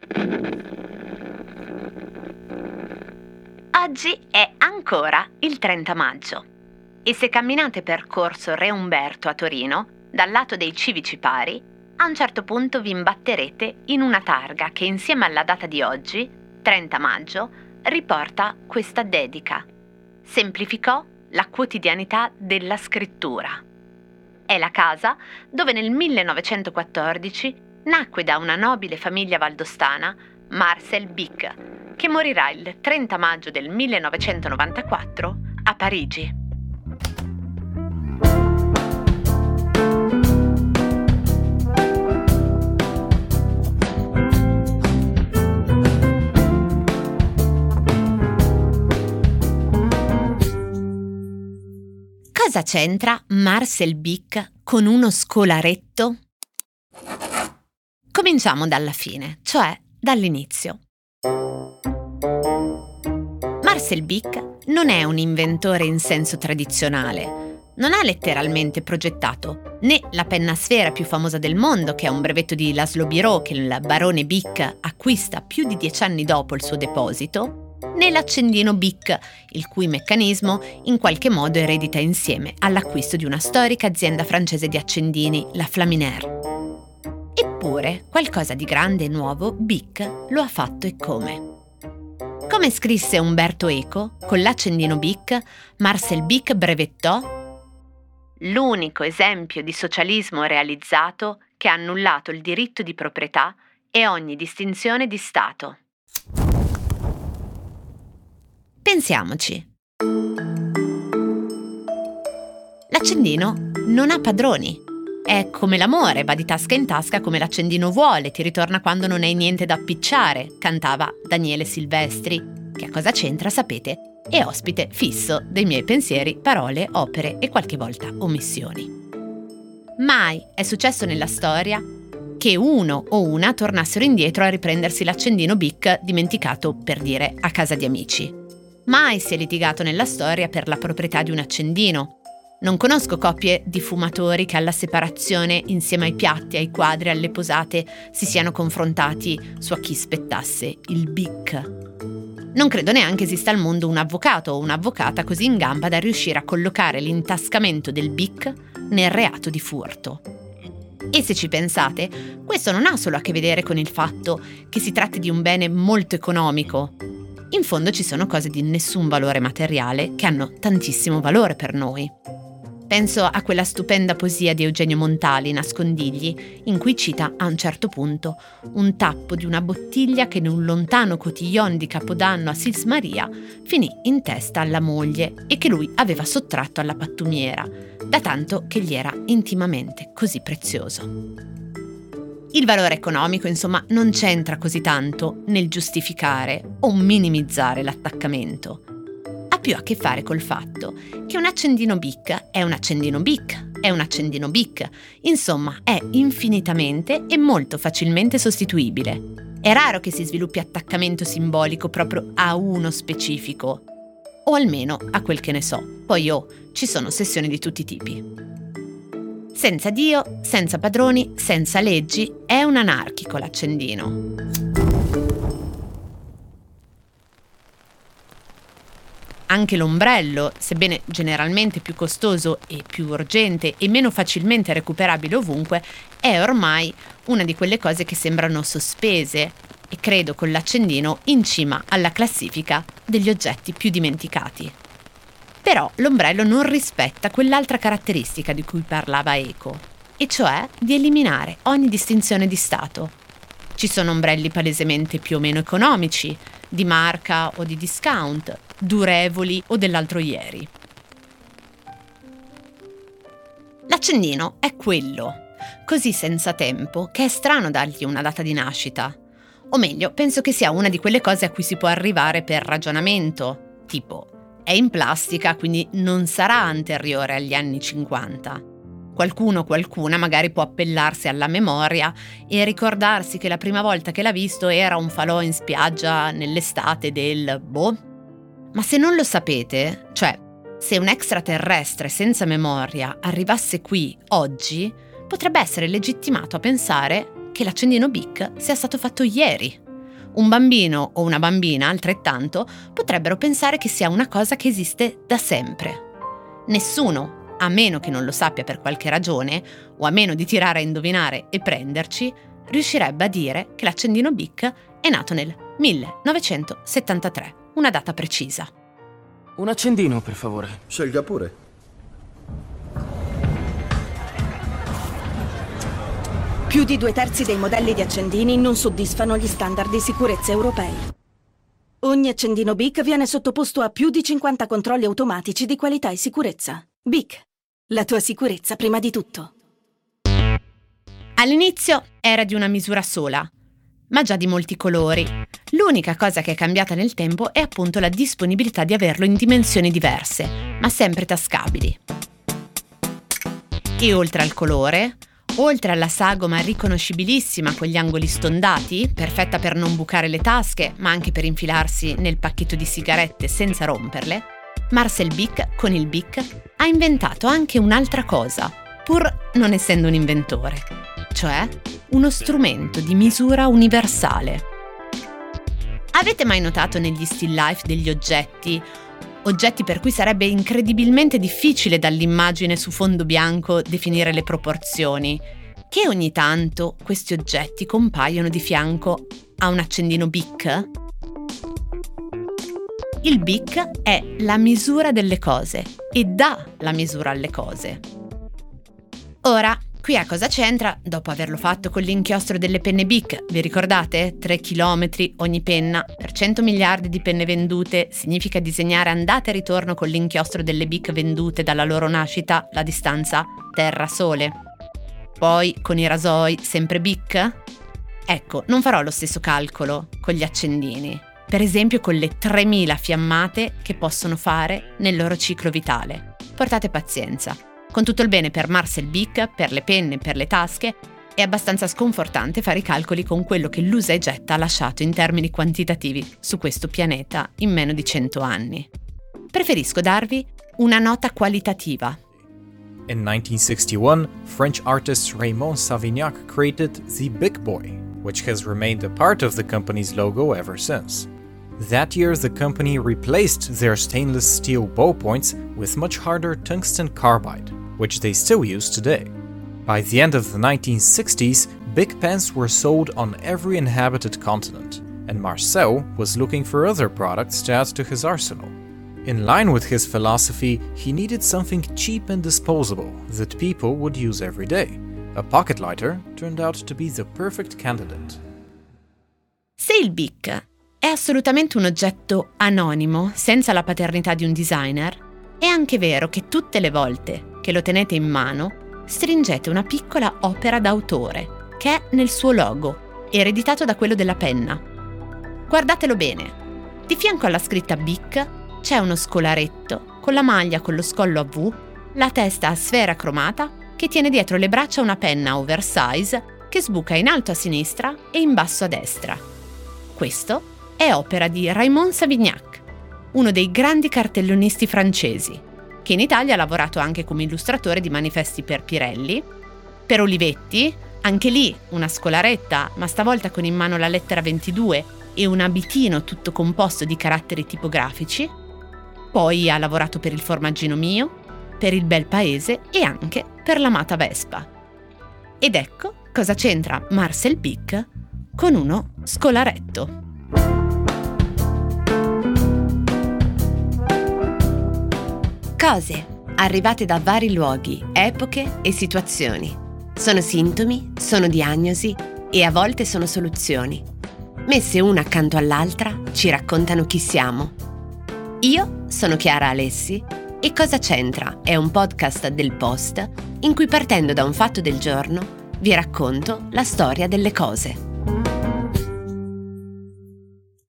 Oggi è ancora il 30 maggio e se camminate per Corso Re Umberto a Torino, dal lato dei Civici Pari, a un certo punto vi imbatterete in una targa che insieme alla data di oggi, 30 maggio, riporta questa dedica. Semplificò la quotidianità della scrittura. È la casa dove nel 1914 nacque da una nobile famiglia valdostana Marcel Bicq, che morirà il 30 maggio del 1994 a Parigi. Cosa c'entra Marcel Bicq con uno scolaretto? Cominciamo dalla fine, cioè dall'inizio. Marcel Bicq non è un inventore in senso tradizionale. Non ha letteralmente progettato né la penna a sfera più famosa del mondo, che è un brevetto di Laszlo Biró che il barone Bicq acquista più di 10 anni dopo il suo deposito, né l'accendino Bicq, il cui meccanismo in qualche modo eredita insieme all'acquisto di una storica azienda francese di accendini, la Flaminaire. Eppure, qualcosa di grande e nuovo Bicq lo ha fatto e come. Come scrisse Umberto Eco, con l'accendino Bicq, Marcel Bicq brevettò l'unico esempio di socialismo realizzato che ha annullato il diritto di proprietà e ogni distinzione di Stato. Pensiamoci. L'accendino non ha padroni. È come l'amore, va di tasca in tasca come l'accendino vuole, ti ritorna quando non hai niente da appicciare, cantava Daniele Silvestri, che a Cosa c'entra, sapete, è ospite fisso dei miei pensieri, parole, opere e qualche volta omissioni. Mai è successo nella storia che uno o una tornassero indietro a riprendersi l'accendino Bicq dimenticato, per dire, a casa di amici. Mai si è litigato nella storia per la proprietà di un accendino. Non conosco coppie di fumatori che alla separazione, insieme ai piatti, ai quadri, alle posate, si siano confrontati su a chi spettasse il Bicq. Non credo neanche esista al mondo un avvocato o un'avvocata così in gamba da riuscire a collocare l'intascamento del Bicq nel reato di furto. E se ci pensate, questo non ha solo a che vedere con il fatto che si tratti di un bene molto economico. In fondo ci sono cose di nessun valore materiale che hanno tantissimo valore per noi. Penso a quella stupenda poesia di Eugenio Montali, Nascondigli, in cui cita a un certo punto un tappo di una bottiglia che in un lontano cotillon di Capodanno a Sils Maria finì in testa alla moglie e che lui aveva sottratto alla pattumiera, da tanto che gli era intimamente così prezioso. Il valore economico, insomma, non c'entra così tanto nel giustificare o minimizzare l'attaccamento. Ha più a che fare col fatto che un accendino Bicq è un accendino Bicq, è un accendino Bicq, insomma è infinitamente e molto facilmente sostituibile. È raro che si sviluppi attaccamento simbolico proprio a uno specifico, o almeno a quel che ne so. Poi ci sono ossessioni di tutti i tipi. Senza Dio, senza padroni, senza leggi, è un anarchico l'accendino. Anche l'ombrello, sebbene generalmente più costoso e più urgente e meno facilmente recuperabile ovunque, è ormai una di quelle cose che sembrano sospese e credo con l'accendino in cima alla classifica degli oggetti più dimenticati. Però l'ombrello non rispetta quell'altra caratteristica di cui parlava Eco, e cioè di eliminare ogni distinzione di stato. Ci sono ombrelli palesemente più o meno economici, di marca o di discount, durevoli o dell'altro ieri. L'accendino è quello, così senza tempo, che è strano dargli una data di nascita. O meglio, penso che sia una di quelle cose a cui si può arrivare per ragionamento, tipo è in plastica, quindi non sarà anteriore agli anni 50. Qualcuno o qualcuna magari può appellarsi alla memoria e ricordarsi che la prima volta che l'ha visto era un falò in spiaggia nell'estate del Ma se non lo sapete, cioè se un extraterrestre senza memoria arrivasse qui oggi, potrebbe essere legittimato a pensare che l'accendino Bicq sia stato fatto ieri. Un bambino o una bambina, altrettanto, potrebbero pensare che sia una cosa che esiste da sempre. Nessuno, a meno che non lo sappia per qualche ragione, o a meno di tirare a indovinare e prenderci, riuscirebbe a dire che l'accendino Bic è nato nel 1973, una data precisa. Un accendino, per favore. Scelga pure. Più di 2/3 dei modelli di accendini non soddisfano gli standard di sicurezza europei. Ogni accendino Bic viene sottoposto a più di 50 controlli automatici di qualità e sicurezza. Bic, la tua sicurezza prima di tutto. All'inizio era di una misura sola, ma già di molti colori. L'unica cosa che è cambiata nel tempo è appunto la disponibilità di averlo in dimensioni diverse, ma sempre tascabili. E oltre al colore, oltre alla sagoma riconoscibilissima con gli angoli stondati, perfetta per non bucare le tasche, ma anche per infilarsi nel pacchetto di sigarette senza romperle, Marcel Bic, con il Bic, ha inventato anche un'altra cosa, pur non essendo un inventore, cioè uno strumento di misura universale. Avete mai notato negli still life degli oggetti per cui sarebbe incredibilmente difficile dall'immagine su fondo bianco definire le proporzioni, che ogni tanto questi oggetti compaiono di fianco a un accendino Bic? Il Bic è la misura delle cose e dà la misura alle cose. Ora, qui a Cosa c'entra, dopo averlo fatto con l'inchiostro delle penne Bic, vi ricordate? 3 chilometri ogni penna, per 100 miliardi di penne vendute significa disegnare andata e ritorno con l'inchiostro delle Bic vendute dalla loro nascita la distanza Terra-Sole. Poi con i rasoi sempre Bic? Ecco, non farò lo stesso calcolo con gli accendini, per esempio con le 3000 fiammate che possono fare nel loro ciclo vitale. Portate pazienza. Con tutto il bene per Marcel Bic, per le penne, per le tasche, è abbastanza sconfortante fare i calcoli con quello che l'usa e getta ha lasciato in termini quantitativi su questo pianeta in meno di 100 anni. Preferisco darvi una nota qualitativa. In 1961, French artist Raymond Savignac created the Bic Boy, which has remained a part of the company's logo ever since. That year, the company replaced their stainless steel ballpoints with much harder tungsten carbide, which they still use today. By the end of the 1960s, Bic pens were sold on every inhabited continent, and Marcel was looking for other products to add to his arsenal. In line with his philosophy, he needed something cheap and disposable that people would use every day. A pocket lighter turned out to be the perfect candidate. Se il Bic è assolutamente un oggetto anonimo, senza la paternità di un designer, è anche vero che tutte le volte che lo tenete in mano, stringete una piccola opera d'autore, che è nel suo logo, ereditato da quello della penna. Guardatelo bene. Di fianco alla scritta Bic c'è uno scolaretto con la maglia con lo scollo a V, la testa a sfera cromata, che tiene dietro le braccia una penna oversize che sbuca in alto a sinistra e in basso a destra. Questo è opera di Raymond Savignac, uno dei grandi cartellonisti francesi, che in Italia ha lavorato anche come illustratore di manifesti per Pirelli, per Olivetti, anche lì una scolaretta, ma stavolta con in mano la lettera 22 e un abitino tutto composto di caratteri tipografici. Poi ha lavorato per il Formaggino Mio, per il Bel Paese e anche per l'amata Vespa. Ed ecco cosa c'entra Marcel Bic con uno scolaretto. Cose arrivate da vari luoghi, epoche e situazioni. Sono sintomi, sono diagnosi e a volte sono soluzioni. Messe una accanto all'altra ci raccontano chi siamo. Io sono Chiara Alessi e Cosa c'entra è un podcast del Post in cui, partendo da un fatto del giorno, vi racconto la storia delle cose.